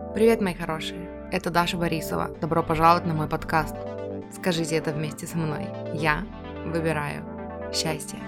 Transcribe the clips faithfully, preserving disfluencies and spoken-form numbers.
Привет, мои хорошие! Это Даша Борисова. Добро пожаловать на мой подкаст. Скажите это вместе со мной. Я выбираю счастье.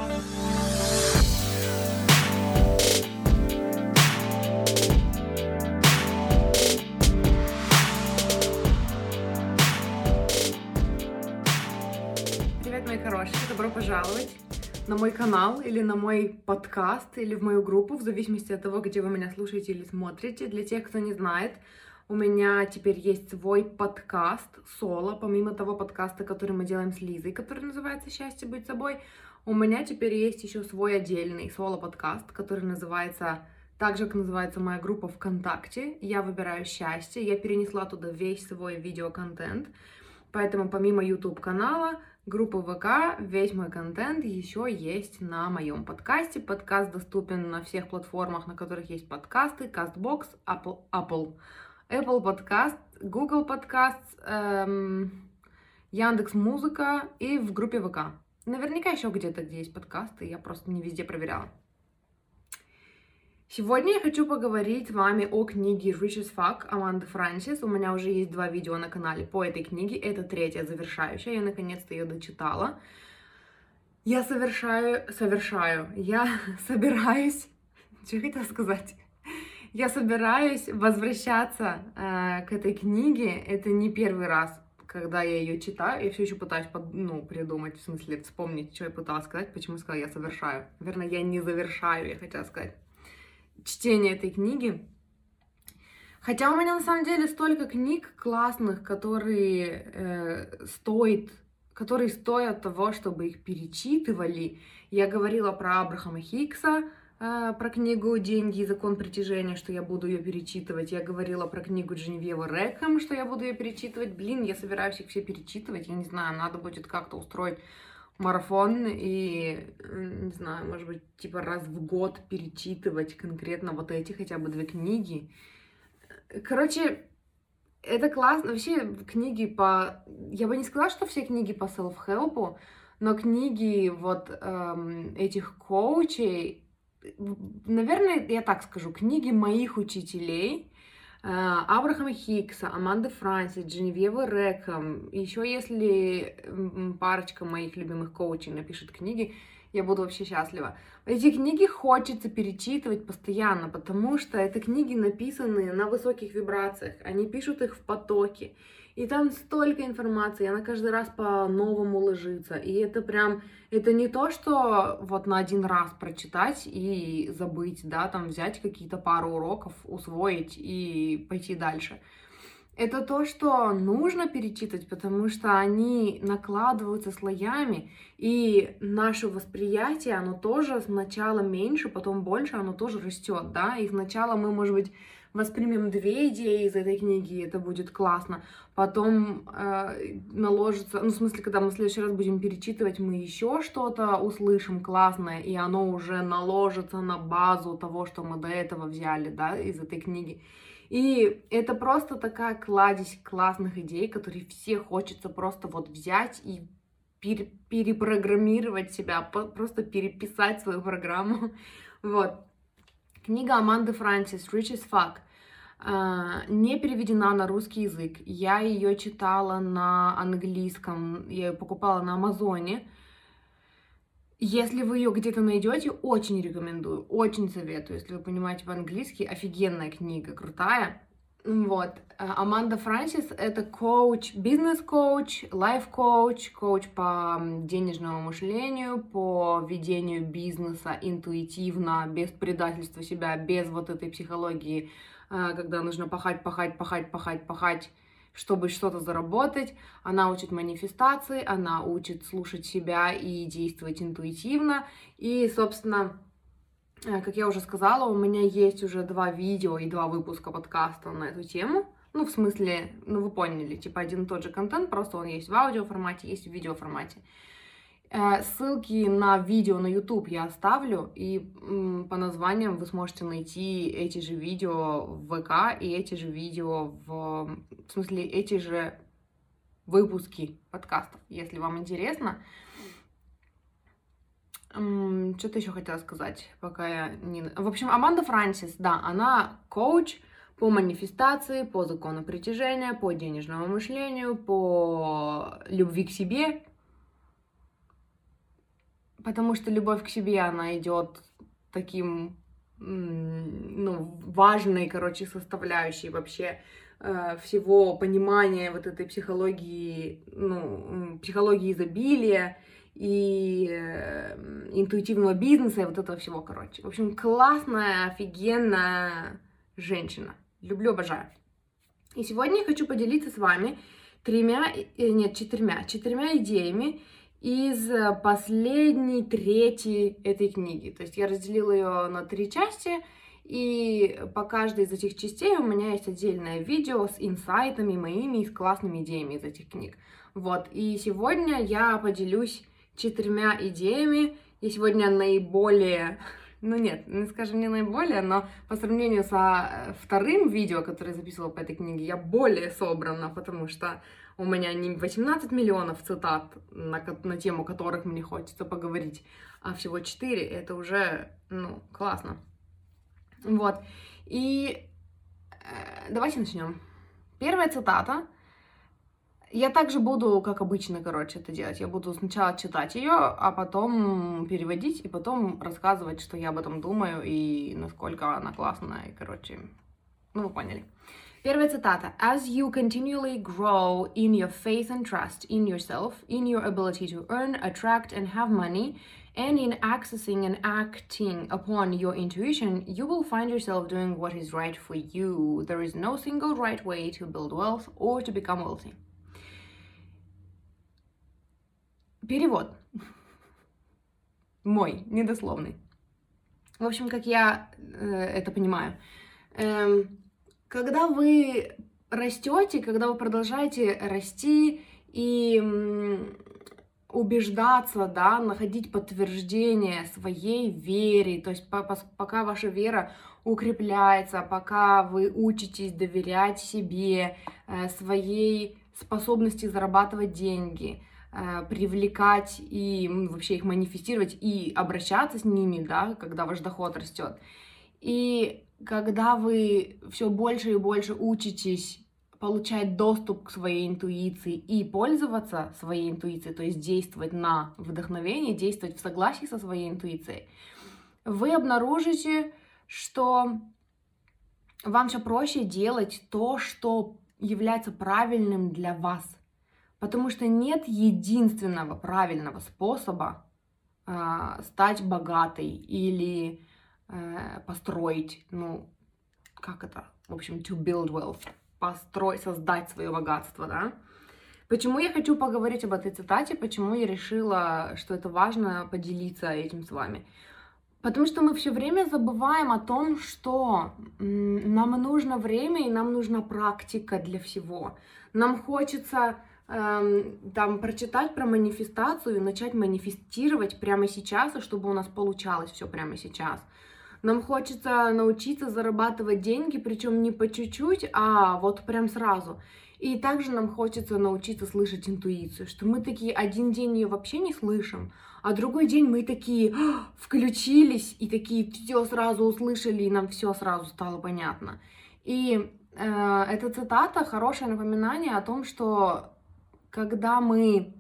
Привет, мои хорошие! Добро пожаловать на мой канал или на мой подкаст или в мою группу, в зависимости от того, где вы меня слушаете или смотрите. Для тех, кто не знает, у меня теперь есть свой подкаст соло, помимо того подкаста, который мы делаем с Лизой, который называется «Счастье быть собой». У меня теперь есть еще свой отдельный соло-подкаст, который называется, так же, как называется моя группа ВКонтакте. Я выбираю счастье. Я перенесла туда весь свой видеоконтент. Поэтому помимо YouTube-канала, группы ВК, весь мой контент еще есть на моем подкасте. Подкаст доступен на всех платформах, на которых есть подкасты. CastBox, Apple, Apple, Apple Podcast, Google Podcast, эм, Яндекс.Музыка и в группе ВК. Наверняка еще где-то, где есть подкасты, я просто не везде проверяла. Сегодня я хочу поговорить с вами о книге Rich as Fuck Аманды Франсис. У меня уже есть два видео на канале по этой книге. Это третья, завершающая. Я наконец-то ее дочитала. Я совершаю... Совершаю. Я собираюсь... Что я хотела сказать? Я собираюсь возвращаться э, к этой книге. Это не первый раз, когда я ее читаю. Я все еще пытаюсь под, ну, придумать, в смысле вспомнить, что я пыталась сказать, почему сказала я совершаю. Наверное, я не завершаю, я хотела сказать. Чтение этой книги. Хотя у меня на самом деле столько книг классных, которые э, стоит, которые стоят того, чтобы их перечитывали. Я говорила про Абрахама Хикса, э, про книгу «Деньги и закон притяжения», что я буду ее перечитывать. Я говорила про книгу Дженевьевы Рэкхэм, что я буду ее перечитывать. Блин, я собираюсь их все перечитывать. Я не знаю, надо будет как-то устроить марафон и, не знаю, может быть, типа раз в год перечитывать конкретно вот эти хотя бы две книги. Короче, это классно. Вообще, книги по... Я бы не сказала, что все книги по селф-хелпу, но книги вот эм, этих коучей, наверное, я так скажу, книги моих учителей, Абрахама Хикса, Аманды Франсис, Дженевьевы Рэкхэм. Еще если парочка моих любимых коучей напишет книги, я буду вообще счастлива. Эти книги хочется перечитывать постоянно, потому что это книги написаны на высоких вибрациях. Они пишут их в потоке. И там столько информации, она каждый раз по-новому ложится. И это прям, это не то, что вот на один раз прочитать и забыть, да, там взять какие-то пару уроков, усвоить и пойти дальше. Это то, что нужно перечитывать, потому что они накладываются слоями, и наше восприятие, оно тоже сначала меньше, потом больше, оно тоже растет, да, и сначала мы, может быть, воспримем две идеи из этой книги, и это будет классно, потом э, наложится, ну, в смысле, когда мы в следующий раз будем перечитывать, мы еще что-то услышим классное, и оно уже наложится на базу того, что мы до этого взяли, да, из этой книги. И это просто такая кладезь классных идей, которые все хочется просто вот взять и пере- перепрограммировать себя, просто переписать свою программу. Вот. Книга Аманды Франсис «Rich as Fuck» uh, не переведена на русский язык. Я ее читала на английском, я ее покупала на Амазоне. Если вы ее где-то найдете, очень рекомендую, очень советую. Если вы понимаете по-английски, офигенная книга, крутая. Вот. Аманда Франсис — это коуч, бизнес-коуч, лайф-коуч, коуч по денежному мышлению, по ведению бизнеса интуитивно, без предательства себя, без вот этой психологии, когда нужно пахать, пахать, пахать, пахать, пахать, чтобы что-то заработать. Она учит манифестации, она учит слушать себя и действовать интуитивно. И, собственно, как я уже сказала, у меня есть уже два видео и два выпуска подкаста на эту тему. Ну, в смысле, ну вы поняли, типа один и тот же контент, просто он есть в аудиоформате, есть в видеоформате. Ссылки на видео на YouTube я оставлю, и по названиям вы сможете найти эти же видео в ВК и эти же видео в... В смысле, эти же выпуски подкастов, если вам интересно. Что-то еще хотела сказать, пока я не... В общем, Аманда Франсис, да, она коуч по манифестации, по закону притяжения, по денежному мышлению, по любви к себе. Потому что любовь к себе, она идет таким, ну, важной, короче, составляющей вообще э, всего понимания вот этой психологии, ну, психологии изобилия и э, интуитивного бизнеса и вот этого всего, короче. В общем, классная, офигенная женщина. Люблю, обожаю. И сегодня я хочу поделиться с вами тремя, нет, четырьмя, четырьмя идеями из последней трети этой книги. То есть я разделила ее на три части, и по каждой из этих частей у меня есть отдельное видео с инсайтами моими и с классными идеями из этих книг. Вот, и сегодня я поделюсь четырьмя идеями. Я сегодня наиболее... Ну нет, не скажем не наиболее, но по сравнению со вторым видео, которое я записывала по этой книге, я более собрана, потому что у меня не восемнадцать миллионов цитат, на, на тему которых мне хочется поговорить, а всего четыре. Это уже, ну, классно. Вот. И э, давайте начнем. Первая цитата. Я также буду, как обычно, короче, это делать. Я буду сначала читать ее, а потом переводить, и потом рассказывать, что я об этом думаю, и насколько она классная, и, короче, ну, вы поняли. Первая цитата. As you continually grow in your faith and trust in yourself, in your ability to earn, attract, and have money, and in accessing and acting upon your intuition, you will find yourself doing what is right for you. There is no single right way to build wealth or to become wealthy. Перевод. Мой, недословный. В общем, как я э, это понимаю. Эм, когда вы растете, когда вы продолжаете расти и м, убеждаться, да, находить подтверждение своей вере, то есть по, по, пока ваша вера укрепляется, пока вы учитесь доверять себе, э, своей способности зарабатывать деньги, привлекать и вообще их манифестировать и обращаться с ними, да, когда ваш доход растет. И когда вы все больше и больше учитесь получать доступ к своей интуиции и пользоваться своей интуицией, то есть действовать на вдохновение, действовать в согласии со своей интуицией, вы обнаружите, что вам все проще делать то, что является правильным для вас. Потому что нет единственного правильного способа э, стать богатой или э, построить, ну, как это, в общем, to build wealth, построить, создать свое богатство, да. Почему я хочу поговорить об этой цитате, почему я решила, что это важно поделиться этим с вами? Потому что мы все время забываем о том, что м, нам нужно время и нам нужна практика для всего. Нам хочется... там, прочитать про манифестацию и начать манифестировать прямо сейчас, и чтобы у нас получалось все прямо сейчас. Нам хочется научиться зарабатывать деньги, причем не по чуть-чуть, а вот прям сразу. И также нам хочется научиться слышать интуицию, что мы такие один день ее вообще не слышим, а другой день мы такие включились и такие все сразу услышали, и нам все сразу стало понятно. И э, эта цитата хорошее напоминание о том, что когда мы...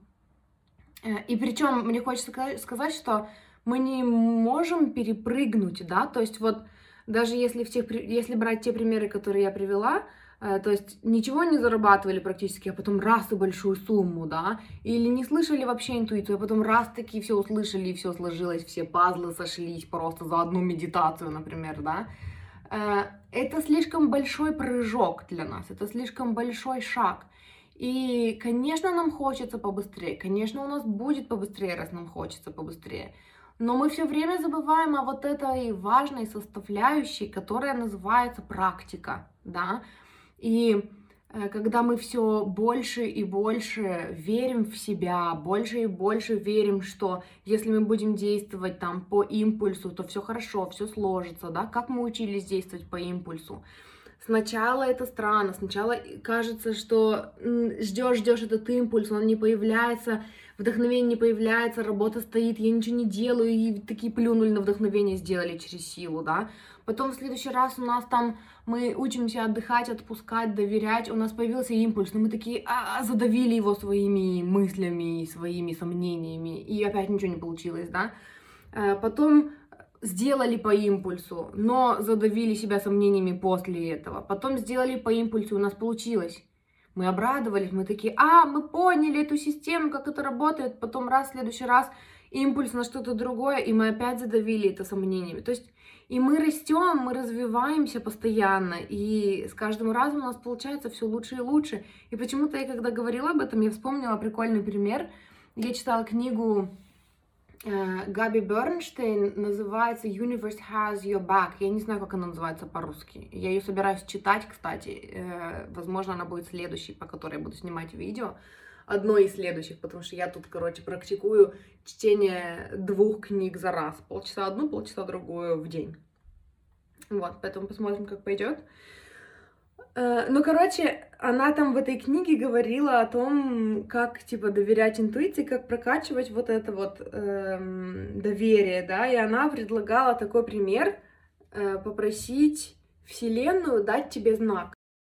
И причем мне хочется сказать, что мы не можем перепрыгнуть, да, то есть вот даже если, в тех, если брать те примеры, которые я привела, то есть ничего не зарабатывали практически, а потом раз и большую сумму, да, или не слышали вообще интуицию, а потом раз таки все услышали, и все сложилось, все пазлы сошлись просто за одну медитацию, например, да, это слишком большой прыжок для нас, это слишком большой шаг. И, конечно, нам хочется побыстрее, конечно, у нас будет побыстрее, раз нам хочется побыстрее. Но мы все время забываем о вот этой важной составляющей, которая называется практика, да. И э, когда мы все больше и больше верим в себя, больше и больше верим, что если мы будем действовать там по импульсу, то все хорошо, все сложится, да. Как мы учились действовать по импульсу? Сначала это странно, сначала кажется, что ждешь, ждешь этот импульс, он не появляется, вдохновение не появляется, работа стоит, я ничего не делаю, и такие плюнули на вдохновение, сделали через силу, да. Потом в следующий раз у нас там, мы учимся отдыхать, отпускать, доверять, у нас появился импульс, но мы такие, а, задавили его своими мыслями, своими сомнениями, и опять ничего не получилось, да. Потом сделали по импульсу, но задавили себя сомнениями после этого. Потом сделали по импульсу, у нас получилось. Мы обрадовались, мы такие, а, мы поняли эту систему, как это работает. Потом раз, в следующий раз импульс на что-то другое, и мы опять задавили это сомнениями. То есть и мы растем, мы развиваемся постоянно, и с каждым разом у нас получается все лучше и лучше. И почему-то я, когда говорила об этом, я вспомнила прикольный пример. Я читала книгу Габи Бернштейн, называется Universe Has Your Back. Я не знаю, как она называется по-русски. Я ее собираюсь читать, кстати. Возможно, она будет следующей, по которой я буду снимать видео. Одной из следующих, потому что я тут, короче, практикую чтение двух книг за раз. Полчаса одну, полчаса другую в день. Вот, поэтому посмотрим, как пойдет. Ну, короче, она там в этой книге говорила о том, как, типа, доверять интуиции, как прокачивать вот это вот эм, доверие, да, и она предлагала такой пример, э, попросить Вселенную дать тебе знак.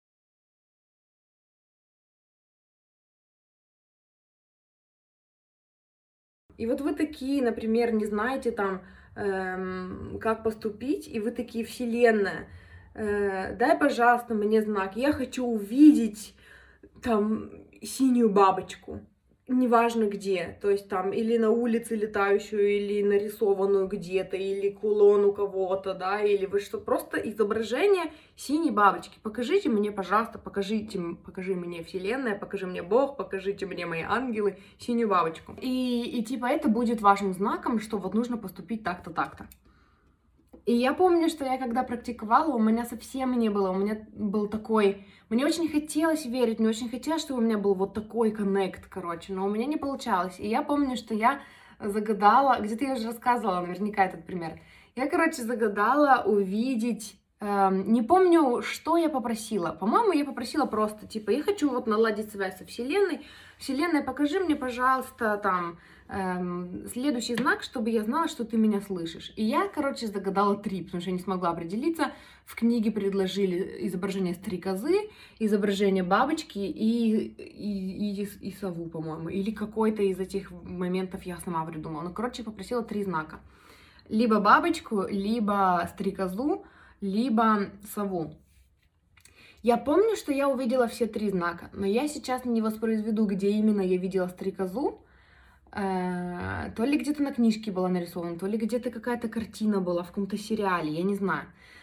И вот вы такие, например, не знаете там, эм, как поступить, и вы такие, Вселенная, дай, пожалуйста, мне знак, я хочу увидеть там синюю бабочку, неважно где, то есть там или на улице летающую, или нарисованную где-то, или кулон у кого-то, да, или вы что, просто изображение синей бабочки. Покажите мне, пожалуйста, покажите, покажи мне Вселенная, покажи мне Бог, покажите мне мои ангелы, синюю бабочку. И, и типа это будет вашим знаком, что вот нужно поступить так-то, так-то. И я помню, что я когда практиковала, у меня совсем не было, у меня был такой... Мне очень хотелось верить, мне очень хотелось, чтобы у меня был вот такой коннект, короче, но у меня не получалось. И я помню, что я загадала, где-то я уже рассказывала наверняка этот пример, я, короче, загадала увидеть... Эм, не помню, что я попросила. По-моему, я попросила просто, типа, я хочу вот наладить связь со Вселенной. Вселенная, покажи мне, пожалуйста, там... Эм, следующий знак, чтобы я знала, что ты меня слышишь. И я, короче, загадала три, потому что я не смогла определиться. В книге предложили изображение стрекозы, изображение бабочки и, и, и, и сову, по-моему. Или какой-то из этих моментов я сама придумала. Ну, короче, попросила три знака. Либо бабочку, либо стрекозу, либо сову. Я помню, что я увидела все три знака, но я сейчас не воспроизведу, где именно я видела стрекозу. То ли где-то на книжке была нарисована, то ли где-то какая-то картина была в каком-то сериале, я не знаю.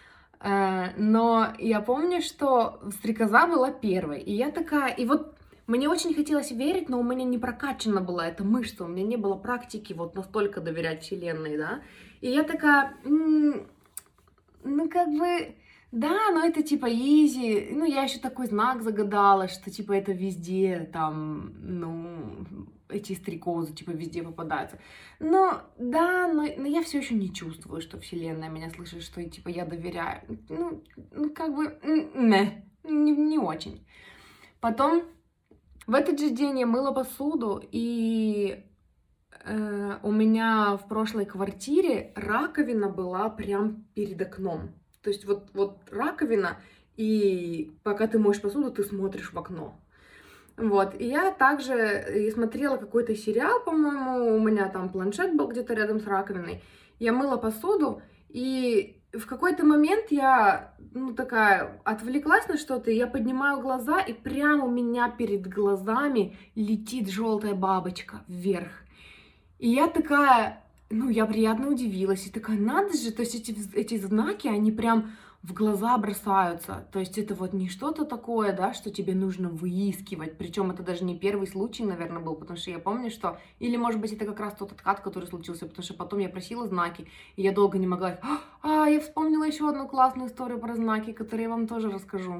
Но я помню, что стрекоза была первой, и я такая, и вот мне очень хотелось верить, но у меня не прокачана была эта мышца, у меня не было практики вот настолько доверять Вселенной, да, и я такая, м-м, ну как бы... Да, но это типа изи, ну я еще такой знак загадала, что типа это везде, там, ну, эти стрекозы типа везде попадаются. Но, да, но, но я все еще не чувствую, что Вселенная меня слышит, что типа я доверяю. Ну, ну как бы, не, не, не очень. Потом, в этот же день я мыла посуду, и э, у меня в прошлой квартире раковина была прям перед окном. То есть вот, вот раковина, и пока ты моешь посуду, ты смотришь в окно. Вот, и я также смотрела какой-то сериал, по-моему, у меня там планшет был где-то рядом с раковиной. Я мыла посуду, и в какой-то момент я, ну, такая, отвлеклась на что-то, и я поднимаю глаза, и прямо у меня перед глазами летит желтая бабочка вверх. И я такая... Ну, я приятно удивилась и такая, надо же, то есть эти, эти знаки, они прям в глаза бросаются, то есть это вот не что-то такое, да, что тебе нужно выискивать, причем это даже не первый случай, наверное, был, потому что я помню, что, или, может быть, это как раз тот откат, который случился, потому что потом я просила знаки, и я долго не могла их, а, я вспомнила еще одну классную историю про знаки, которую я вам тоже расскажу.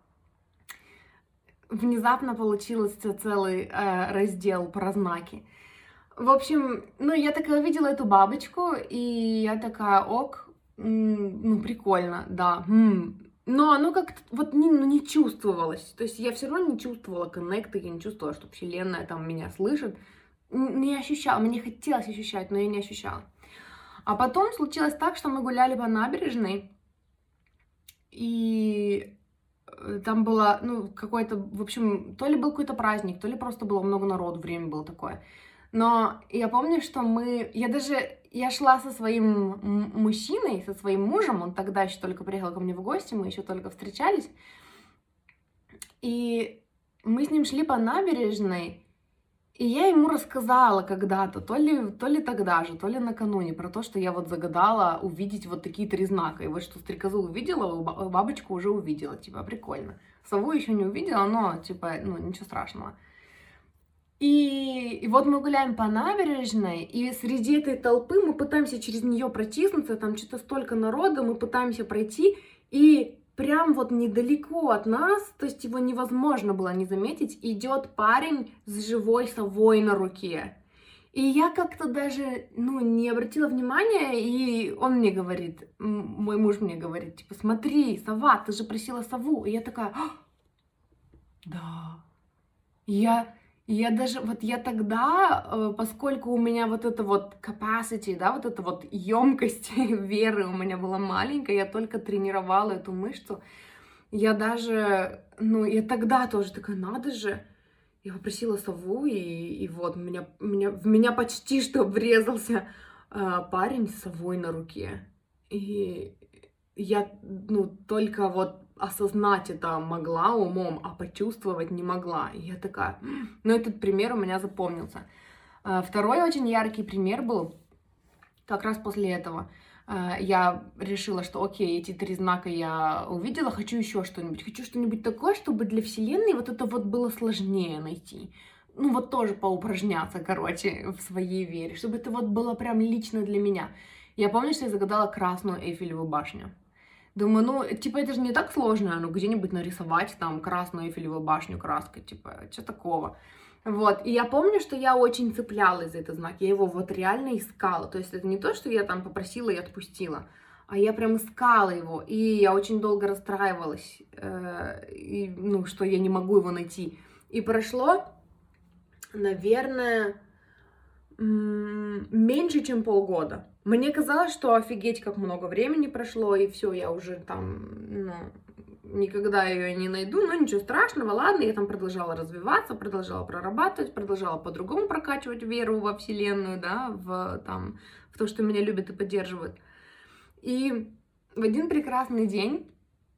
Внезапно получился целый э, раздел про знаки. В общем, ну, я такая увидела эту бабочку, и я такая, ок, ну, прикольно, да, м-м, но оно как-то вот не, ну, не чувствовалось. То есть я все равно не чувствовала коннекта, я не чувствовала, что Вселенная там меня слышит. Не ощущала, мне хотелось ощущать, но я не ощущала. А потом случилось так, что мы гуляли по набережной, и там было, ну, какой-то, в общем, то ли был какой-то праздник, то ли просто было много народу, время было такое. Но я помню, что мы, я даже, я шла со своим мужчиной, со своим мужем, он тогда еще только приехал ко мне в гости, мы еще только встречались, и мы с ним шли по набережной, и я ему рассказала когда-то, то ли, то ли тогда же, то ли накануне, про то, что я вот загадала увидеть вот такие три знака. И вот что стрекозу увидела, бабочку уже увидела, типа, прикольно. Сову еще не увидела, но, типа, ну, ничего страшного. И, и вот мы гуляем по набережной, и среди этой толпы мы пытаемся через нее протиснуться, там что-то столько народа, мы пытаемся пройти, и прям вот недалеко от нас, то есть его невозможно было не заметить, идет парень с живой совой на руке. И я как-то даже, ну, не обратила внимания, и он мне говорит, мой муж мне говорит, типа, смотри, сова, ты же просила сову. И я такая, да. И я... И я даже, вот я тогда, поскольку у меня вот это вот capacity, да, вот эта вот емкость веры у меня была маленькая, я только тренировала эту мышцу, я даже, ну, я тогда тоже такая, надо же, я попросила сову, и, и вот меня, меня, в меня почти что врезался э, парень с совой на руке. И я, ну, только вот осознать это могла умом, а почувствовать не могла. И я такая... Ну, этот пример у меня запомнился. Второй очень яркий пример был как раз после этого. Я решила, что окей, эти три знака я увидела, хочу еще что-нибудь. Хочу что-нибудь такое, чтобы для Вселенной вот это вот было сложнее найти. Ну, вот тоже поупражняться, короче, в своей вере. Чтобы это вот было прям лично для меня. Я помню, что я загадала красную Эйфелеву башню. Думаю, ну, типа, это же не так сложно, ну, где-нибудь нарисовать там красную Эйфелеву башню краской, типа, что такого. Вот, и я помню, что я очень цеплялась за этот знак, я его вот реально искала, то есть это не то, что я там попросила и отпустила, а я прям искала его, и я очень долго расстраивалась, э, и, ну, что я не могу его найти. И прошло, наверное, меньше, чем полгода. Мне казалось, что офигеть, как много времени прошло, и все, я уже там, ну, никогда ее не найду, но ничего страшного, ладно, я там продолжала развиваться, продолжала прорабатывать, продолжала по-другому прокачивать веру во Вселенную, да, в, там, в то, что меня любят и поддерживают. И в один прекрасный день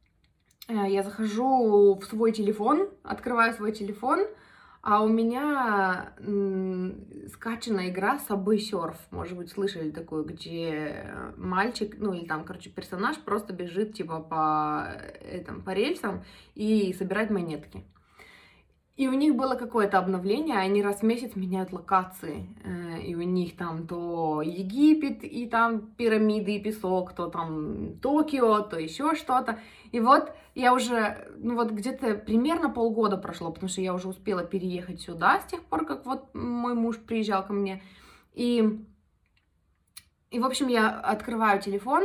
я захожу в свой телефон, открываю свой телефон, а у меня м, скачана игра Subway Surf, может быть, слышали такую, где мальчик, ну или там, короче, персонаж просто бежит типа по, этом, по рельсам и собирает монетки. И у них было какое-то обновление, они раз в месяц меняют локации, и у них там то Египет, и там пирамиды, и песок, то там Токио, то еще что-то. И вот я уже, ну вот где-то примерно полгода прошло, потому что я уже успела переехать сюда с тех пор, как вот мой муж приезжал ко мне. И, и в общем, я открываю телефон,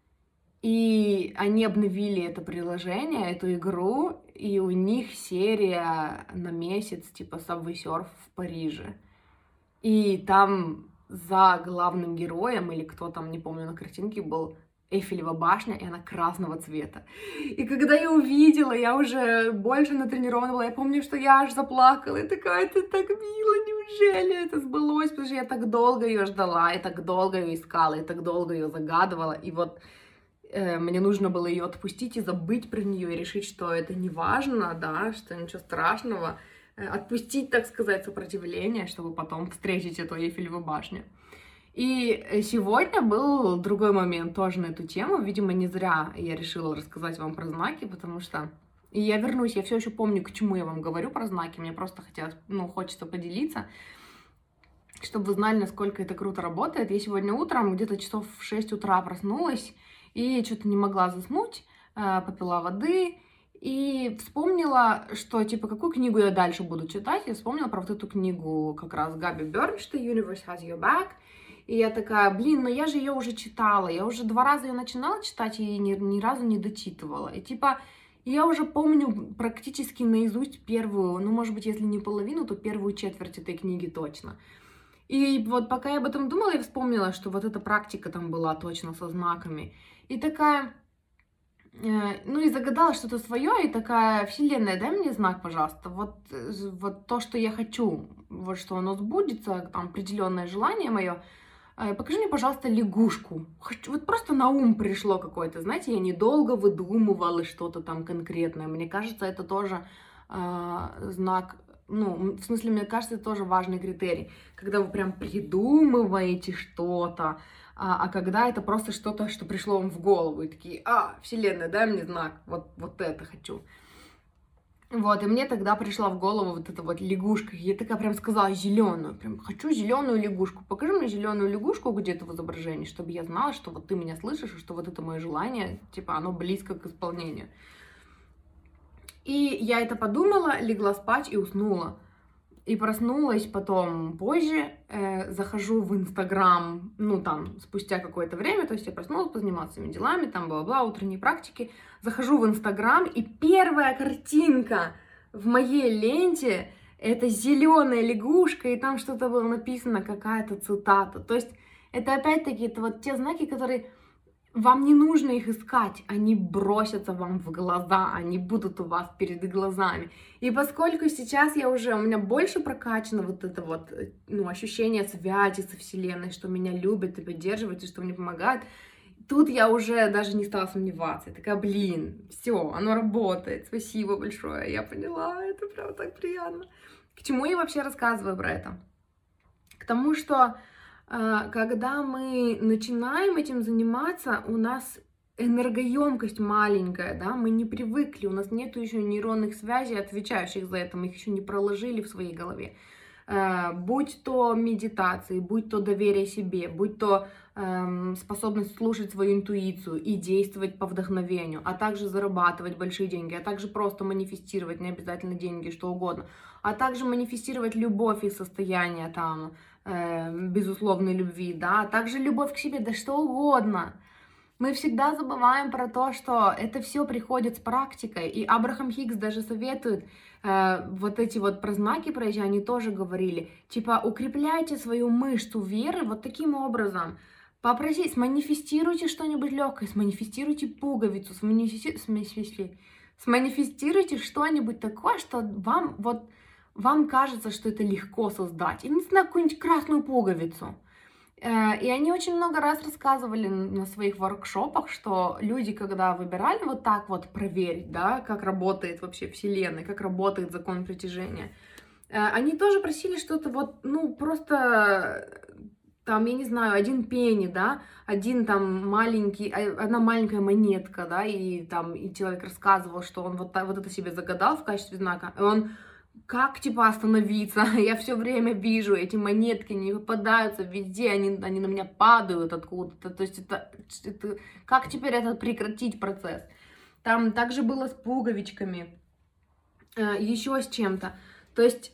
и они обновили это приложение, эту игру, и у них серия на месяц, типа Subway Surf в Париже. И там за главным героем, или кто там, не помню, на картинке был Эйфелева башня, и она красного цвета. И когда я увидела, я уже больше натренирована была, я помню, что я аж заплакала, и такая, это так мило, неужели это сбылось, потому что я так долго ее ждала, и так долго ее искала, и так долго ее загадывала, и вот мне нужно было ее отпустить и забыть про нее, и решить, что это не важно, да, что ничего страшного. Отпустить, так сказать, сопротивление, чтобы потом встретить эту Эйфелеву башню. И сегодня был другой момент тоже на эту тему. Видимо, не зря я решила рассказать вам про знаки, потому что... И я вернусь, я все еще помню, к чему я вам говорю про знаки. Мне просто хотелось, ну, хочется поделиться, чтобы вы знали, насколько это круто работает. Я сегодня утром, где-то часов в шесть утра проснулась, и что-то не могла заснуть, попила воды и вспомнила, что, типа, какую книгу я дальше буду читать. Я вспомнила про вот эту книгу как раз Габи Бернштейн, Universe Has Your Back. И я такая, блин, но я же ее уже читала, я уже два раза ее начинала читать и ни, ни разу не дочитывала. И типа, я уже помню практически наизусть первую, ну, может быть, если не половину, то первую четверть этой книги точно. И вот пока я об этом думала, я вспомнила, что вот эта практика там была точно со знаками. И такая, э, ну и загадала что-то свое, и такая, Вселенная, дай мне знак, пожалуйста, вот, э, вот то, что я хочу, вот что оно сбудется, там определенное желание мое. Э, Покажи мне, пожалуйста, лягушку. Хочу, вот просто на ум пришло какое-то, знаете, я недолго выдумывала что-то там конкретное. Мне кажется, это тоже э, знак, ну, в смысле, мне кажется, это тоже важный критерий, когда вы прям придумываете что-то, а, а когда это просто что-то, что пришло вам в голову, и такие, а, Вселенная, дай мне знак, вот, вот это хочу. Вот, и мне тогда пришла в голову вот эта вот лягушка. Я такая прям сказала зеленую, прям хочу зеленую лягушку. Покажи мне зеленую лягушку где-то в изображении, чтобы я знала, что вот ты меня слышишь, и что вот это мое желание, типа, оно близко к исполнению. И я это подумала, легла спать и уснула. И проснулась потом позже, э, захожу в Инстаграм, ну там, спустя какое-то время, то есть я проснулась, позанималась своими делами, там, бла-бла, утренние практики, захожу в Инстаграм, и первая картинка в моей ленте — это зеленая лягушка, и там что-то было написано, какая-то цитата. То есть это опять-таки это вот те знаки, которые... Вам не нужно их искать, они бросятся вам в глаза, они будут у вас перед глазами. И поскольку сейчас я уже, у меня больше прокачано вот это вот, ну, ощущение связи со Вселенной, что меня любят и поддерживают, и что мне помогают, тут я уже даже не стала сомневаться. Я такая, блин, все, оно работает, спасибо большое, я поняла, это прям так приятно. К чему я вообще рассказываю про это? К тому, что когда мы начинаем этим заниматься, у нас энергоемкость маленькая, да, мы не привыкли, у нас нету еще нейронных связей, отвечающих за это, мы их еще не проложили в своей голове. Будь то медитации, будь то доверие себе, будь то эм, способность слушать свою интуицию и действовать по вдохновению, а также зарабатывать большие деньги, а также просто манифестировать, не обязательно деньги, что угодно, а также манифестировать любовь и состояние там, э, безусловной любви, да, а также любовь к себе, да что угодно. Мы всегда забываем про то, что это все приходит с практикой, и Абрахам Хикс даже советует, э, вот эти вот про знаки, про эти, они тоже говорили, типа, укрепляйте свою мышцу веры вот таким образом, попросите, сманифестируйте что-нибудь легкое, сманифестируйте пуговицу, сманифестируйте, сманифестируйте что-нибудь такое, что вам вот, вам кажется, что это легко создать, и не знаю, какую-нибудь красную пуговицу. И они очень много раз рассказывали на своих воркшопах, что люди, когда выбирали вот так вот проверить, да, как работает вообще Вселенная, как работает закон притяжения, они тоже просили что-то вот, ну, просто, там, я не знаю, один пенни, да, один там маленький, одна маленькая монетка, да, и там и человек рассказывал, что он вот, вот это себе загадал в качестве знака, и он... Как, типа, остановиться? Я все время вижу, эти монетки не попадаются везде, они, они на меня падают откуда-то. То есть это, это... Как теперь это прекратить процесс? Там также было с пуговичками, э, еще с чем-то. То есть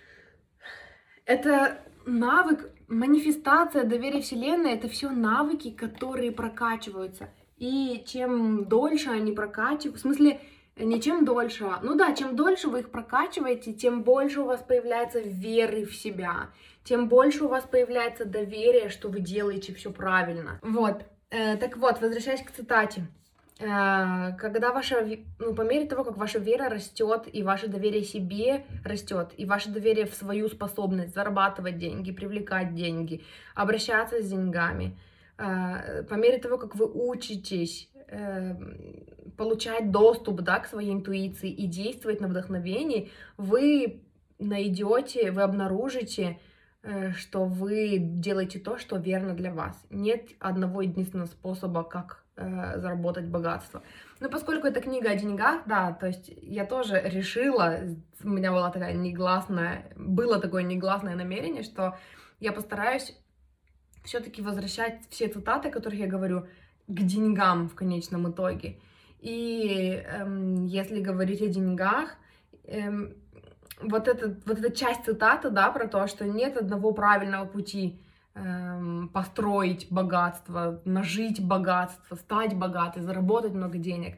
это навык, манифестация, доверие Вселенной, это все навыки, которые прокачиваются. И чем дольше они прокачиваются, в смысле... Не чем дольше, ну да, чем дольше вы их прокачиваете, тем больше у вас появляется веры в себя, тем больше у вас появляется доверие, что вы делаете все правильно. Вот, э, так вот, возвращаясь к цитате. Э, когда ваша, ну, по мере того, как ваша вера растет, и ваше доверие себе растет, и ваше доверие в свою способность зарабатывать деньги, привлекать деньги, обращаться с деньгами, э, по мере того, как вы учитесь, получать доступ, да, к своей интуиции и действовать на вдохновении, вы найдете, вы обнаружите, что вы делаете то, что верно для вас. Нет одного единственного способа, как э, заработать богатство. Но поскольку это книга о деньгах, да, то есть я тоже решила, у меня была такая негласная, было такое негласное намерение, что я постараюсь все-таки возвращать все цитаты, о которых я говорю, к деньгам в конечном итоге. И эм, если говорить о деньгах, эм, вот, это, вот эта часть цитаты, да, про то, что нет одного правильного пути эм, построить богатство, нажить богатство, стать богатой, заработать много денег.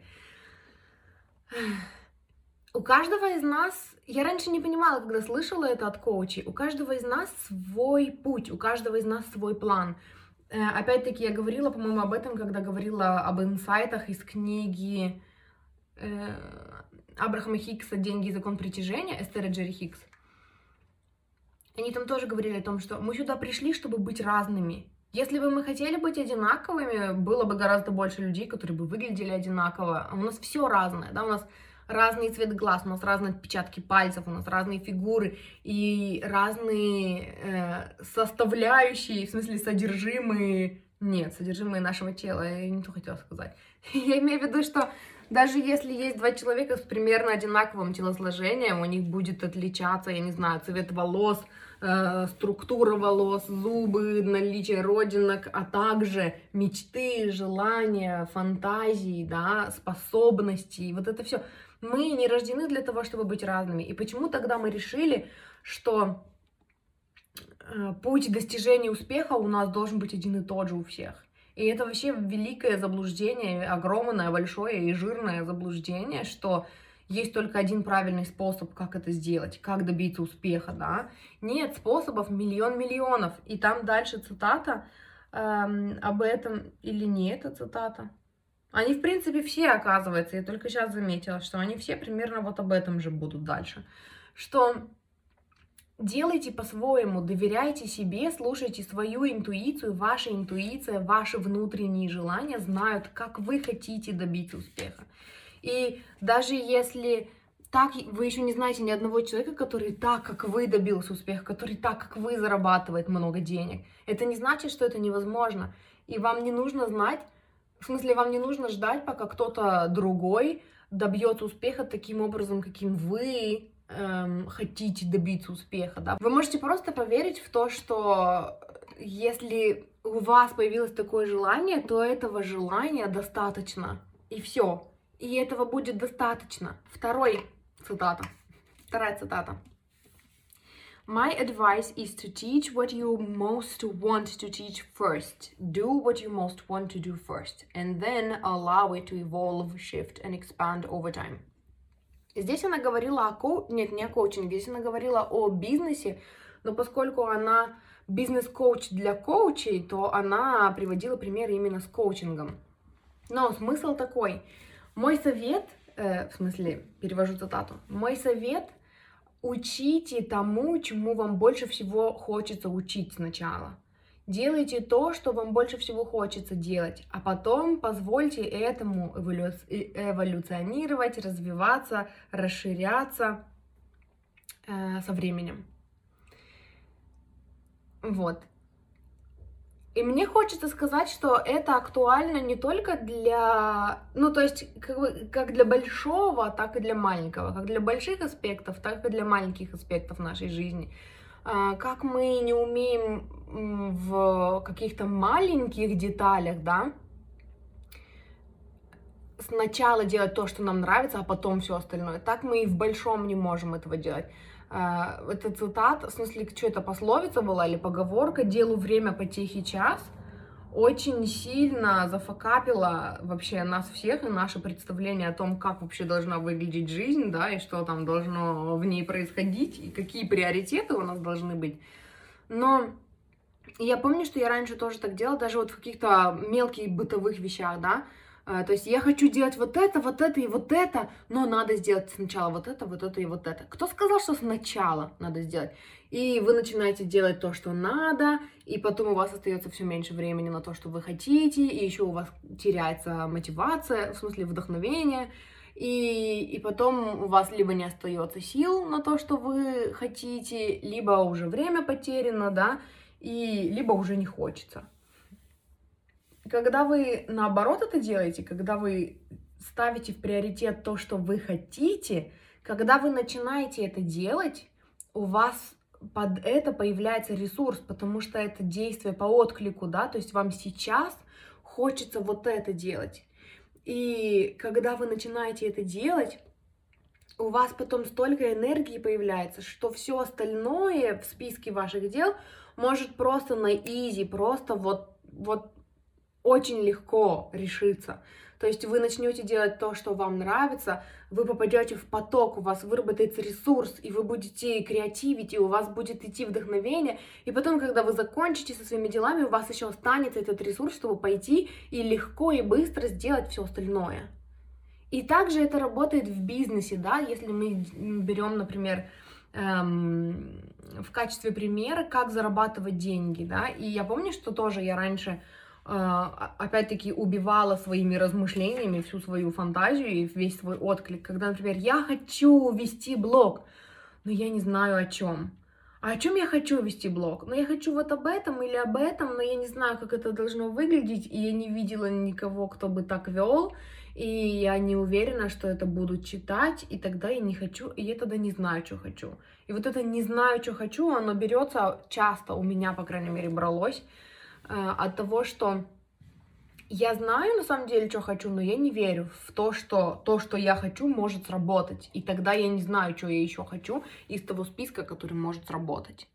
У каждого из нас, я раньше не понимала, когда слышала это от коучей, у каждого из нас свой путь, у каждого из нас свой план. Опять-таки, я говорила, по-моему, об этом, когда говорила об инсайтах из книги э, Абрахама Хикса «Деньги и закон притяжения», Эстер и Джерри Хикс. Они там тоже говорили о том, что мы сюда пришли, чтобы быть разными. Если бы мы хотели быть одинаковыми, было бы гораздо больше людей, которые бы выглядели одинаково. А у нас все разное, да, у нас разный цвет глаз, у нас разные отпечатки пальцев, у нас разные фигуры и разные э, составляющие, в смысле содержимые, нет, содержимые нашего тела, я не то хотела сказать. Я имею в виду, что даже если есть два человека с примерно одинаковым телосложением, у них будет отличаться, я не знаю, цвет волос, э, структура волос, зубы, наличие родинок, а также мечты, желания, фантазии, да, способности, вот это все. Мы не рождены для того, чтобы быть разными. И почему тогда мы решили, что э, путь достижения успеха у нас должен быть один и тот же у всех? И это вообще великое заблуждение, огромное, большое и жирное заблуждение, что есть только один правильный способ, как это сделать, как добиться успеха, да? Нет, способов миллион миллионов. И там дальше цитата эм, об этом, или не эта цитата? Они, в принципе, все, оказывается, я только сейчас заметила, что они все примерно вот об этом же будут дальше. Что делайте по-своему, доверяйте себе, слушайте свою интуицию, ваша интуиция, ваши внутренние желания знают, как вы хотите добиться успеха. И даже если так вы еще не знаете ни одного человека, который так, как вы, добился успеха, который так, как вы, зарабатывает много денег, это не значит, что это невозможно. И вам не нужно знать, в смысле, вам не нужно ждать, пока кто-то другой добьется успеха таким образом, каким вы эм, хотите добиться успеха, да. Вы можете просто поверить в то, что если у вас появилось такое желание, то этого желания достаточно, и все. И этого будет достаточно. Второй цитата. Вторая цитата. My advice is to teach what you most want to teach first. Do what you most want to do first. And then allow it to evolve, shift and expand over time. Здесь она говорила о коу... Нет, не о коучинге. Здесь она говорила о бизнесе, но поскольку она бизнес-коуч для коучей, то она приводила примеры именно с коучингом. Но смысл такой. Мой совет, э, в смысле, перевожу цитату. Мой совет — учите тому, чему вам больше всего хочется учить сначала. Делайте то, что вам больше всего хочется делать, а потом позвольте этому эволю... эволюционировать, развиваться, расширяться э, со временем. Вот. И мне хочется сказать, что это актуально не только для, ну, то есть, как, бы, как для большого, так и для маленького, как для больших аспектов, так и для маленьких аспектов нашей жизни. Как мы не умеем в каких-то маленьких деталях, да, сначала делать то, что нам нравится, а потом все остальное, так мы и в большом не можем этого делать. Это цитата, в смысле, что это, пословица была или поговорка «делу время, потехи час», очень сильно зафакапила вообще нас всех и наше представление о том, как вообще должна выглядеть жизнь, да, и что там должно в ней происходить, и какие приоритеты у нас должны быть. Но я помню, что я раньше тоже так делала, даже вот в каких-то мелких бытовых вещах, да. То есть я хочу делать вот это, вот это и вот это, но надо сделать сначала вот это, вот это и вот это. Кто сказал, что сначала надо сделать? И вы начинаете делать то, что надо, и потом у вас остается все меньше времени на то, что вы хотите, и еще у вас теряется мотивация, в смысле вдохновение, и, и потом у вас либо не остается сил на то, что вы хотите, либо уже время потеряно, да, и либо уже не хочется. Когда вы наоборот это делаете, когда вы ставите в приоритет то, что вы хотите, когда вы начинаете это делать, у вас под это появляется ресурс, потому что это действие по отклику, да, то есть вам сейчас хочется вот это делать. И когда вы начинаете это делать, у вас потом столько энергии появляется, что все остальное в списке ваших дел может просто на изи, просто вот, вот очень легко решиться. То есть вы начнете делать то, что вам нравится, вы попадете в поток, у вас выработается ресурс, и вы будете креативить, и у вас будет идти вдохновение. И потом, когда вы закончите со своими делами, у вас еще останется этот ресурс, чтобы пойти и легко и быстро сделать все остальное. И также это работает в бизнесе, да, если мы берем, например, эм, в качестве примера, как зарабатывать деньги, да, и я помню, что тоже я раньше опять-таки убивала своими размышлениями всю свою фантазию и весь свой отклик, когда, например, я хочу вести блог, но я не знаю о чем. А о чем я хочу вести блог? Ну, я хочу вот об этом или об этом, но я не знаю, как это должно выглядеть, и я не видела никого, кто бы так вел, и я не уверена, что это будут читать, и тогда я не хочу, и я тогда не знаю, что хочу. И вот это не знаю, что хочу, оно берется часто, у меня, по крайней мере, бралось, от того, что я знаю на самом деле, что хочу, но я не верю в то, что то, что я хочу, может сработать. И тогда я не знаю, что я еще хочу из того списка, который может сработать.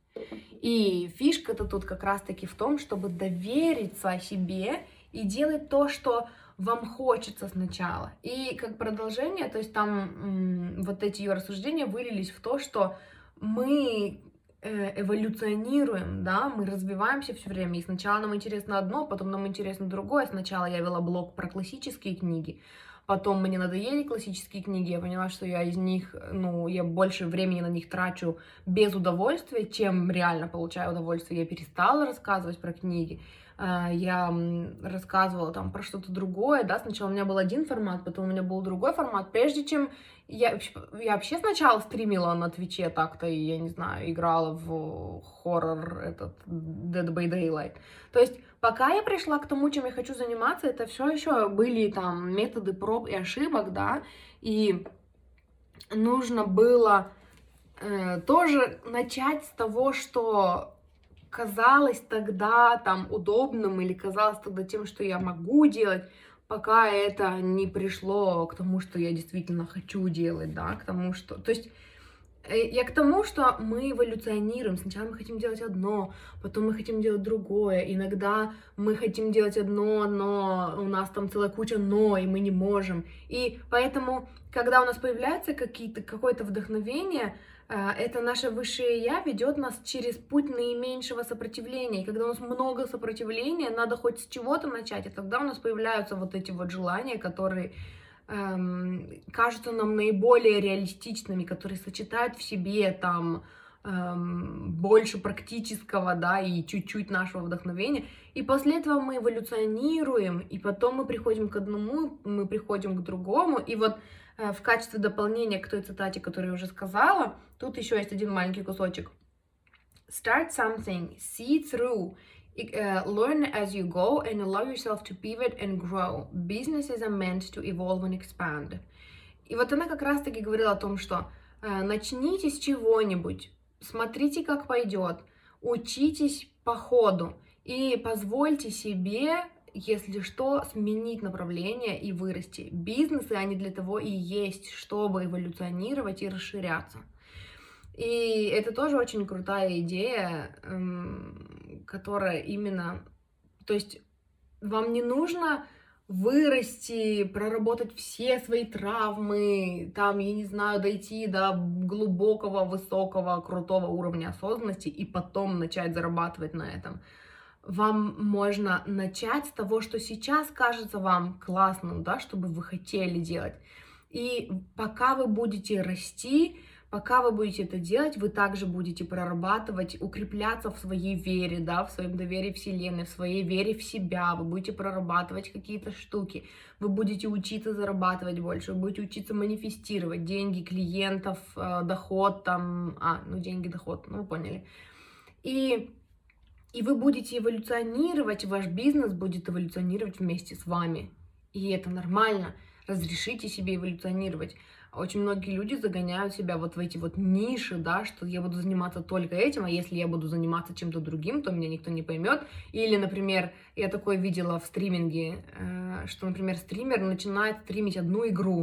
И фишка-то тут как раз-таки в том, чтобы довериться себе и делать то, что вам хочется сначала. И как продолжение, то есть там м, вот эти ее рассуждения вылились в то, что мы эволюционируем, да, мы развиваемся все время, и сначала нам интересно одно, потом нам интересно другое. Сначала я вела блог про классические книги, потом мне надоели классические книги, я поняла, что я из них, ну, я больше времени на них трачу без удовольствия, чем реально получаю удовольствие. Я перестала рассказывать про книги, я рассказывала там про что-то другое, да, сначала у меня был один формат, потом у меня был другой формат, прежде чем я, я вообще сначала стримила на Твиче так-то, и, я не знаю, играла в хоррор этот Dead by Daylight. То есть, пока я пришла к тому, чем я хочу заниматься, это все еще были там методы проб и ошибок, да, и нужно было э, тоже начать с того, что казалось тогда там удобным или казалось тогда тем, что я могу делать, пока это не пришло к тому, что я действительно хочу делать, да, к тому, что... То есть я к тому, что мы эволюционируем. Сначала мы хотим делать одно, потом мы хотим делать другое. Иногда мы хотим делать одно, но у нас там целая куча «но», и мы не можем. И поэтому, когда у нас появляется какие-то, какое-то вдохновение, это наше высшее «я» ведет нас через путь наименьшего сопротивления. И когда у нас много сопротивления, надо хоть с чего-то начать, и тогда у нас появляются вот эти вот желания, которые эм, кажутся нам наиболее реалистичными, которые сочетают в себе там эм, больше практического, да, и чуть-чуть нашего вдохновения. И после этого мы эволюционируем, и потом мы приходим к одному, мы приходим к другому, и вот в качестве дополнения к той цитате, которую я уже сказала, тут еще есть один маленький кусочек. Start something, see it through, uh, learn as you go and allow yourself to pivot and grow. Businesses are meant to evolve and expand. И вот она как раз-таки говорила о том, что uh, начните с чего-нибудь, смотрите, как пойдет, учитесь по ходу и позвольте себе, если что, сменить направление и вырасти. Бизнесы, они для того и есть, чтобы эволюционировать и расширяться. И это тоже очень крутая идея, которая именно... То есть вам не нужно вырасти, проработать все свои травмы, там, я не знаю, дойти до глубокого, высокого, крутого уровня осознанности и потом начать зарабатывать на этом. Вам можно начать с того, что сейчас кажется вам классным, да, чтобы вы хотели делать. И пока вы будете расти, пока вы будете это делать, вы также будете прорабатывать, укрепляться в своей вере, да, в своем доверии Вселенной, в своей вере в себя. Вы будете прорабатывать какие-то штуки, вы будете учиться зарабатывать больше, вы будете учиться манифестировать деньги, клиентов, доход, там, а, ну, деньги, доход, ну, вы поняли. И... И вы будете эволюционировать, ваш бизнес будет эволюционировать вместе с вами. И это нормально. Разрешите себе эволюционировать. Очень многие люди загоняют себя вот в эти вот ниши, да, что я буду заниматься только этим, а если я буду заниматься чем-то другим, то меня никто не поймет. Или, например, я такое видела в стриминге, что, например, стример начинает стримить одну игру,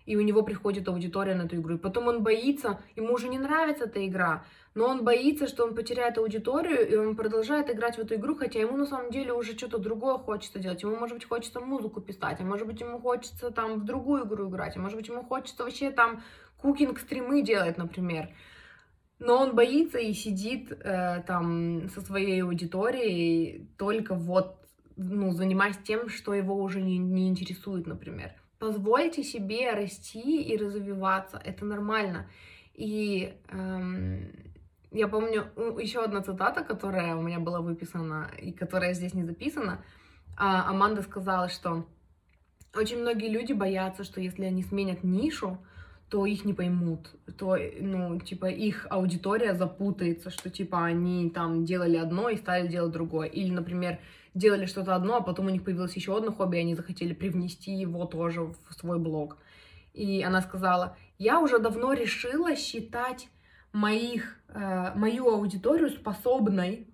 и у него приходит аудитория на эту игру. И потом он боится, ему уже не нравится эта игра, но он боится, что он потеряет аудиторию, и он продолжает играть в эту игру, хотя ему на самом деле уже что-то другое хочется делать. Ему, может быть, хочется музыку писать, а может быть, ему хочется там в другую игру играть, а может быть, ему хочется вообще там кукинг-стримы делать, например. Но он боится и сидит э, там со своей аудиторией, только вот, ну, занимаясь тем, что его уже не, не интересует, например. Позвольте себе расти и развиваться, это нормально. И эм, я помню еще одна цитата, которая у меня была выписана и которая здесь не записана. А, Аманда сказала, что очень многие люди боятся, что если они сменят нишу, то их не поймут, то, ну, типа, их аудитория запутается, что, типа, они там делали одно и стали делать другое. Или, например, делали что-то одно, а потом у них появилось еще одно хобби, и они захотели привнести его тоже в свой блог. И она сказала: я уже давно решила считать моих, э, мою аудиторию способной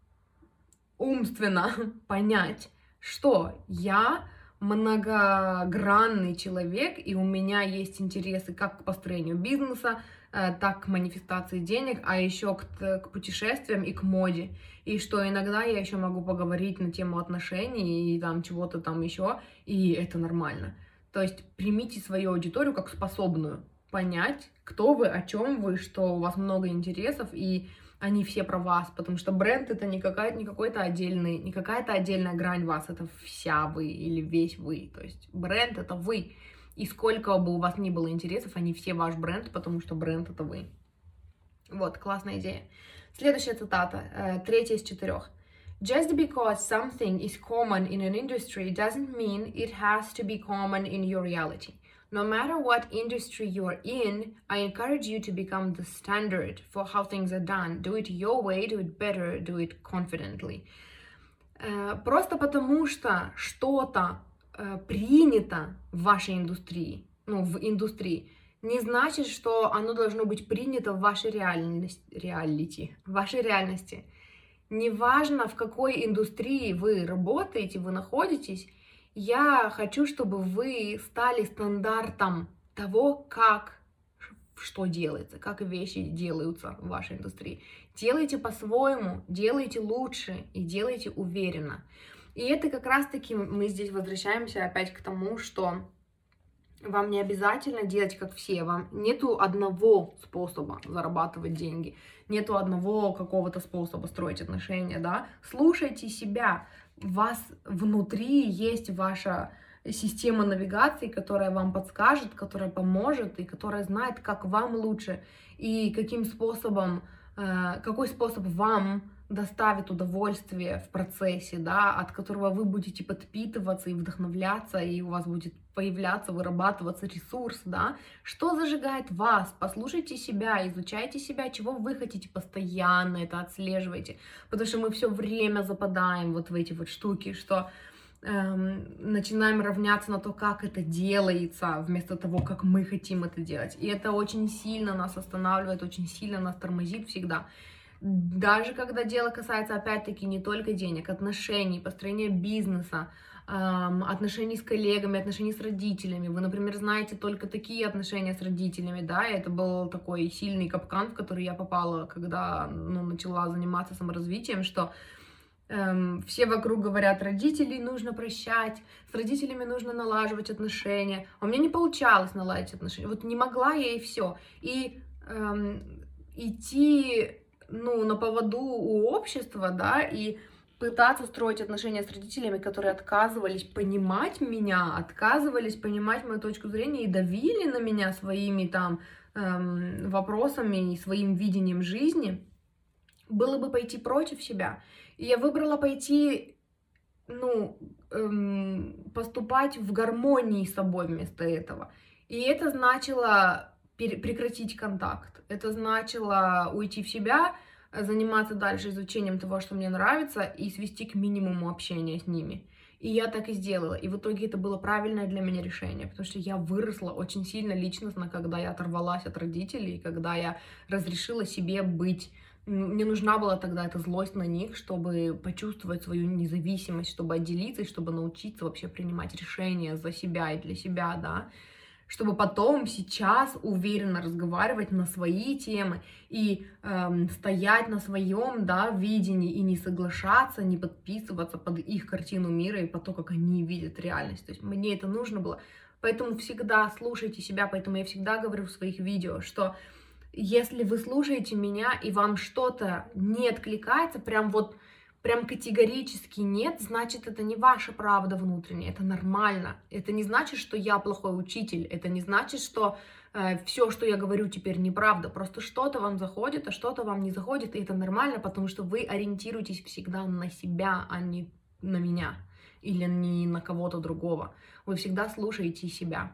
умственно понять, что я многогранный человек, и у меня есть интересы как к построению бизнеса, так к манифестации денег, а еще к, к путешествиям и к моде. И что иногда я еще могу поговорить на тему отношений и там чего-то там еще, и это нормально. То есть примите свою аудиторию как способную понять, кто вы, о чем вы, что у вас много интересов, и они все про вас, потому что бренд это не, какая, не какой-то отдельный, не какая-то отдельная грань вас, это вся вы или весь вы, то есть бренд это вы, и сколько бы у вас ни было интересов, они все ваш бренд, потому что бренд это вы. Вот, классная идея. Следующая цитата, э, третья из четырех. Just because something is common in an industry doesn't mean it has to be common in your reality. No matter what industry you're in, I encourage you to become the standard for how things are done. Do it your way, do it better, do it confidently. Просто потому что что-то принято в вашей индустрии, ну, в индустрии, не значит, что оно должно быть принято в вашей реальности, реалити, в вашей реальности. Неважно, в какой индустрии вы работаете, вы находитесь, я хочу, чтобы вы стали стандартом того, как, что делается, как вещи делаются в вашей индустрии. Делайте по-своему, делайте лучше и делайте уверенно. И это как раз-таки мы здесь возвращаемся опять к тому, что вам не обязательно делать как все, вам нету одного способа зарабатывать деньги, нету одного какого-то способа строить отношения, да. Слушайте себя. У вас внутри есть ваша система навигации, которая вам подскажет, которая поможет и которая знает, как вам лучше и каким способом, какой способ вам доставит удовольствие в процессе, да, от которого вы будете подпитываться и вдохновляться, и у вас будет появляться, вырабатываться ресурс, да, что зажигает вас, послушайте себя, изучайте себя, чего вы хотите, постоянно это отслеживайте, потому что мы все время западаем вот в эти вот штуки, что эм, начинаем равняться на то, как это делается, вместо того, как мы хотим это делать, и это очень сильно нас останавливает, очень сильно нас тормозит всегда. Даже когда дело касается, опять-таки, не только денег, отношений, построения бизнеса, эм, отношений с коллегами, отношений с родителями. Вы, например, знаете только такие отношения с родителями, да, и это был такой сильный капкан, в который я попала, когда, ну, начала заниматься саморазвитием, что эм, все вокруг говорят, родителей нужно прощать, с родителями нужно налаживать отношения. А у меня не получалось наладить отношения, вот не могла я, и все. И эм, идти... ну, на поводу у общества, да, и пытаться строить отношения с родителями, которые отказывались понимать меня, отказывались понимать мою точку зрения и давили на меня своими там эм, вопросами и своим видением жизни, было бы пойти против себя. И я выбрала пойти, ну, эм, поступать в гармонии с собой вместо этого. И это значило прекратить контакт. Это значило уйти в себя, заниматься дальше изучением того, что мне нравится, и свести к минимуму общения с ними. И я так и сделала. И в итоге это было правильное для меня решение, потому что я выросла очень сильно личностно, когда я оторвалась от родителей, когда я разрешила себе быть. Мне нужна была тогда эта злость на них, чтобы почувствовать свою независимость, чтобы отделиться и чтобы научиться вообще принимать решения за себя и для себя, да. чтобы потом сейчас уверенно разговаривать на свои темы и эм, стоять на своем, да, видении и не соглашаться, не подписываться под их картину мира и под то, как они видят реальность. То есть мне это нужно было. Поэтому всегда слушайте себя, поэтому я всегда говорю в своих видео, что если вы слушаете меня и вам что-то не откликается, прям вот прям категорически нет, значит, это не ваша правда внутренняя, это нормально. Это не значит, что я плохой учитель, это не значит, что э, все, что я говорю, теперь неправда. Просто что-то вам заходит, а что-то вам не заходит, и это нормально, потому что вы ориентируетесь всегда на себя, а не на меня или не на кого-то другого. Вы всегда слушаете себя.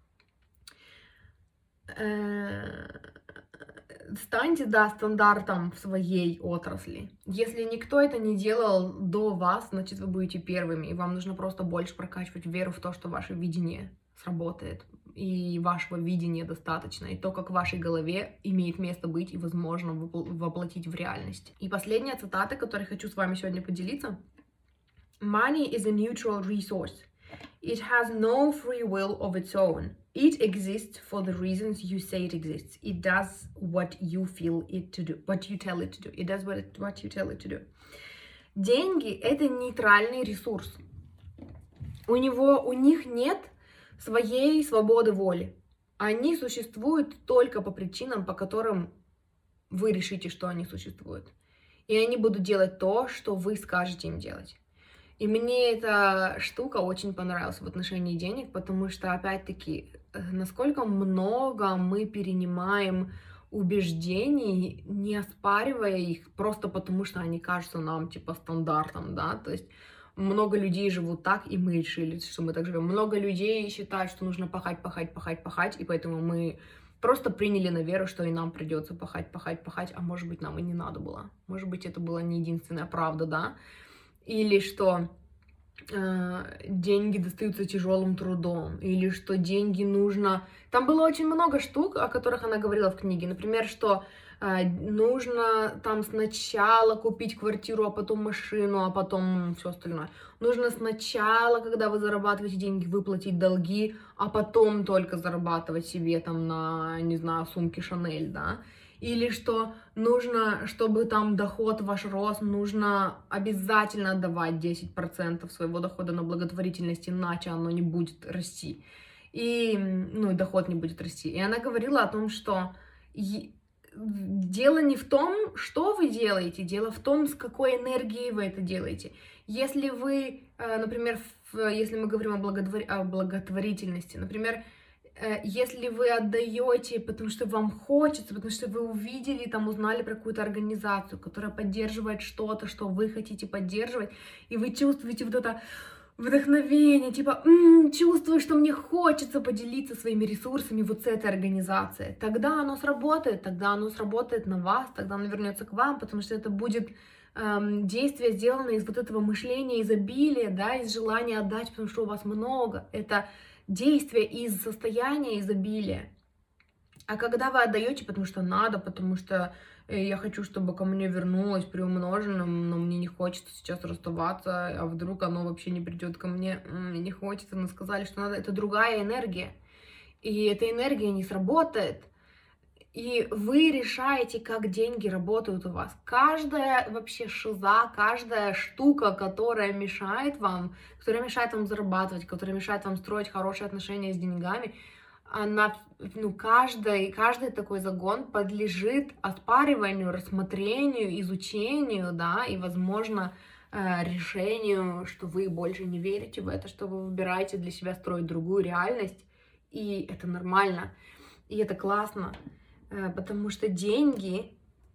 Станьте, да, стандартом в своей отрасли. Если никто это не делал до вас, значит, вы будете первыми, и вам нужно просто больше прокачивать веру в то, что ваше видение сработает, и вашего видения достаточно, и то, как в вашей голове имеет место быть и возможно воплотить в реальность. И последняя цитата, которой хочу с вами сегодня поделиться. Money is a neutral resource. It has no free will of its own. It exists for the reasons you say it exists. It does what you feel it to do, what you tell it to do. It does what, it, what you tell it to do. Деньги — это нейтральный ресурс. У него, у них нет своей свободы воли. Они существуют только по причинам, по которым вы решите, что они существуют. И они будут делать то, что вы скажете им делать. И мне эта штука очень понравилась в отношении денег, потому что, опять-таки, насколько много мы перенимаем убеждений, не оспаривая их, просто потому что они кажутся нам, типа, стандартом, да, то есть много людей живут так, и мы решили, что мы так живем. Много людей считают, что нужно пахать, пахать, пахать, пахать, и поэтому мы просто приняли на веру, что и нам придется пахать, пахать, пахать, а может быть, нам и не надо было. Может быть, это была не единственная правда, да. Или что э, деньги достаются тяжелым трудом, или что деньги нужно... Там было очень много штук, о которых она говорила в книге. Например, что э, нужно там сначала купить квартиру, а потом машину, а потом все остальное. Нужно сначала, когда вы зарабатываете деньги, выплатить долги, а потом только зарабатывать себе там на, не знаю, сумки Шанель, да. Или что нужно, чтобы там доход ваш рос, нужно обязательно отдавать десять процентов своего дохода на благотворительность, иначе оно не будет расти. И, ну, и доход не будет расти. И она говорила о том, что дело не в том, что вы делаете, дело в том, с какой энергией вы это делаете. Если вы, например, если мы говорим о, благотвор... о благотворительности, например, если вы отдаете, потому что вам хочется, потому что вы увидели, там, узнали про какую-то организацию, которая поддерживает что-то, что вы хотите поддерживать, и вы чувствуете вот это вдохновение, типа, м-м, чувствую, что мне хочется поделиться своими ресурсами вот с этой организацией, тогда оно сработает, тогда оно сработает на вас, тогда оно вернется к вам, потому что это будет эм, действие, сделанное из вот этого мышления изобилия, да, из желания отдать, потому что у вас много, это действие из состояния изобилия. А когда вы отдаете, потому что надо, потому что я хочу, чтобы ко мне вернулось приумноженным, но мне не хочется сейчас расставаться, а вдруг оно вообще не придет ко мне, мне не хочется, но сказали, что надо, это другая энергия, и эта энергия не сработает. И вы решаете, как деньги работают у вас. Каждая вообще шиза, каждая штука, которая мешает вам, которая мешает вам зарабатывать, которая мешает вам строить хорошие отношения с деньгами, она, ну, каждый, каждый такой загон подлежит оспариванию, рассмотрению, изучению, да, и, возможно, решению, что вы больше не верите в это, что вы выбираете для себя строить другую реальность, и это нормально, и это классно. Потому что деньги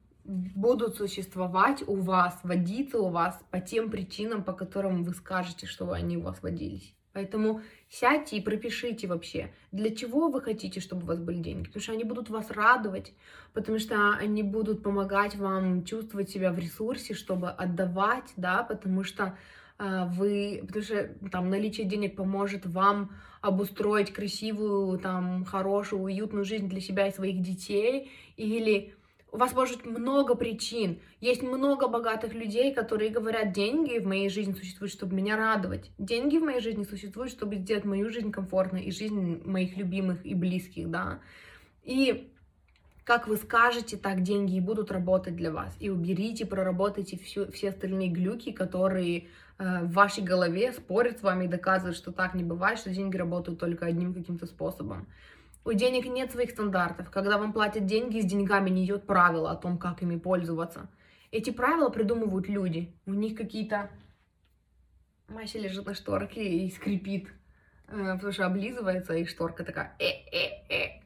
будут существовать у вас, водиться у вас по тем причинам, по которым вы скажете, что они у вас водились. Поэтому сядьте и пропишите вообще, для чего вы хотите, чтобы у вас были деньги. Потому что они будут вас радовать, потому что они будут помогать вам чувствовать себя в ресурсе, чтобы отдавать, да, потому что э, вы, потому что там наличие денег поможет вам обустроить красивую, там, хорошую, уютную жизнь для себя и своих детей, или У вас может быть много причин. Есть много богатых людей, которые говорят, деньги в моей жизни существуют, чтобы меня радовать. Деньги в моей жизни существуют, чтобы сделать мою жизнь комфортной и жизнь моих любимых и близких, да. И как вы скажете, так деньги и будут работать для вас. И уберите, проработайте всю, все остальные глюки, которые э, в вашей голове спорят с вами и доказывают, что так не бывает, что деньги работают только одним каким-то способом. У денег нет своих стандартов. Когда вам платят деньги, с деньгами не идет правило о том, как ими пользоваться. Эти правила придумывают люди. У них какие-то... Мася лежит на шторке и скрипит, потому что облизывается, и шторка такая... Э-э-э.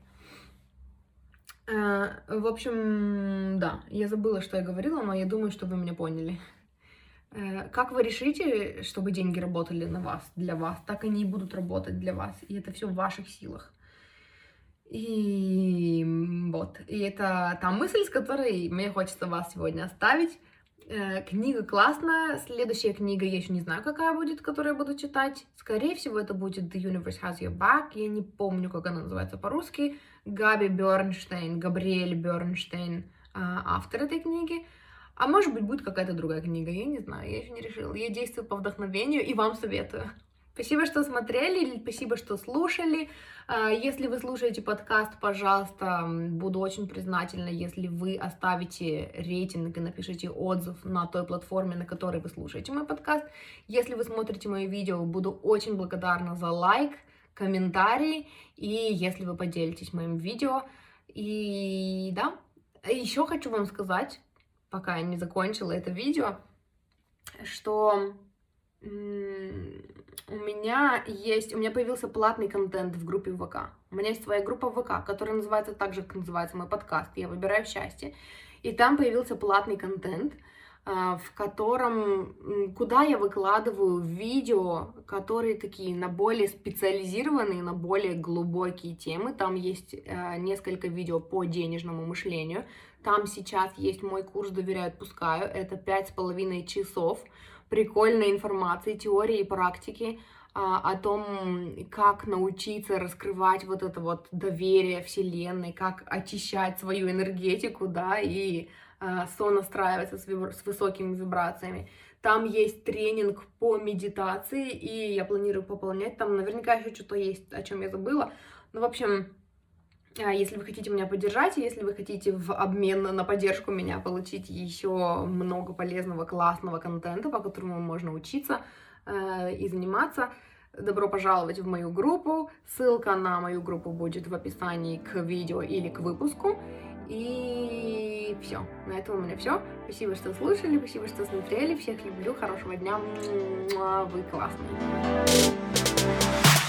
В общем, да, я забыла, что я говорила, но я думаю, что вы меня поняли. Как вы решите, чтобы деньги работали на вас, для вас, так они и будут работать для вас. И это все в ваших силах. И вот, и это та мысль, с которой мне хочется вас сегодня оставить. Э, книга классная, следующая книга, я еще не знаю, какая будет, которую я буду читать. Скорее всего, это будет The Universe Has Your Back, я не помню, как она называется по-русски. Габи Бернштейн, Габриэль Бернштейн, э, автор этой книги. А может быть, будет какая-то другая книга, я не знаю, я еще не решила. Я действую по вдохновению и вам советую. Спасибо, что смотрели, спасибо, что слушали. Если вы слушаете подкаст, пожалуйста, буду очень признательна, если вы оставите рейтинг и напишите отзыв на той платформе, на которой вы слушаете мой подкаст. Если вы смотрите мои видео, буду очень благодарна за лайк, комментарий, и если вы поделитесь моим видео. И да, еще хочу вам сказать, пока я не закончила это видео, что... У меня есть, у меня появился платный контент в группе ВК. У меня есть своя группа ВК, которая называется так же, как называется мой подкаст «Я выбираю счастье». И там появился платный контент, в котором, куда я выкладываю видео, которые такие на более специализированные, на более глубокие темы. Там есть несколько видео по денежному мышлению. Там сейчас есть мой курс «Доверяю, отпускаю». Это пять с половиной часов прикольной информации, теории и практики а, о том, как научиться раскрывать вот это вот доверие Вселенной, как очищать свою энергетику, да, и а, сонастраиваться с, вибра- с высокими вибрациями. Там есть тренинг по медитации, и я планирую пополнять. Там наверняка еще что-то есть, о чем я забыла. Ну, в общем... Если вы хотите меня поддержать, если вы хотите в обмен на поддержку меня получить еще много полезного, классного контента, по которому можно учиться э, и заниматься, добро пожаловать в мою группу. Ссылка на мою группу будет в описании к видео или к выпуску. И все. На этом у меня все. Спасибо, что слушали, спасибо, что смотрели. Всех люблю, хорошего дня. Вы классные.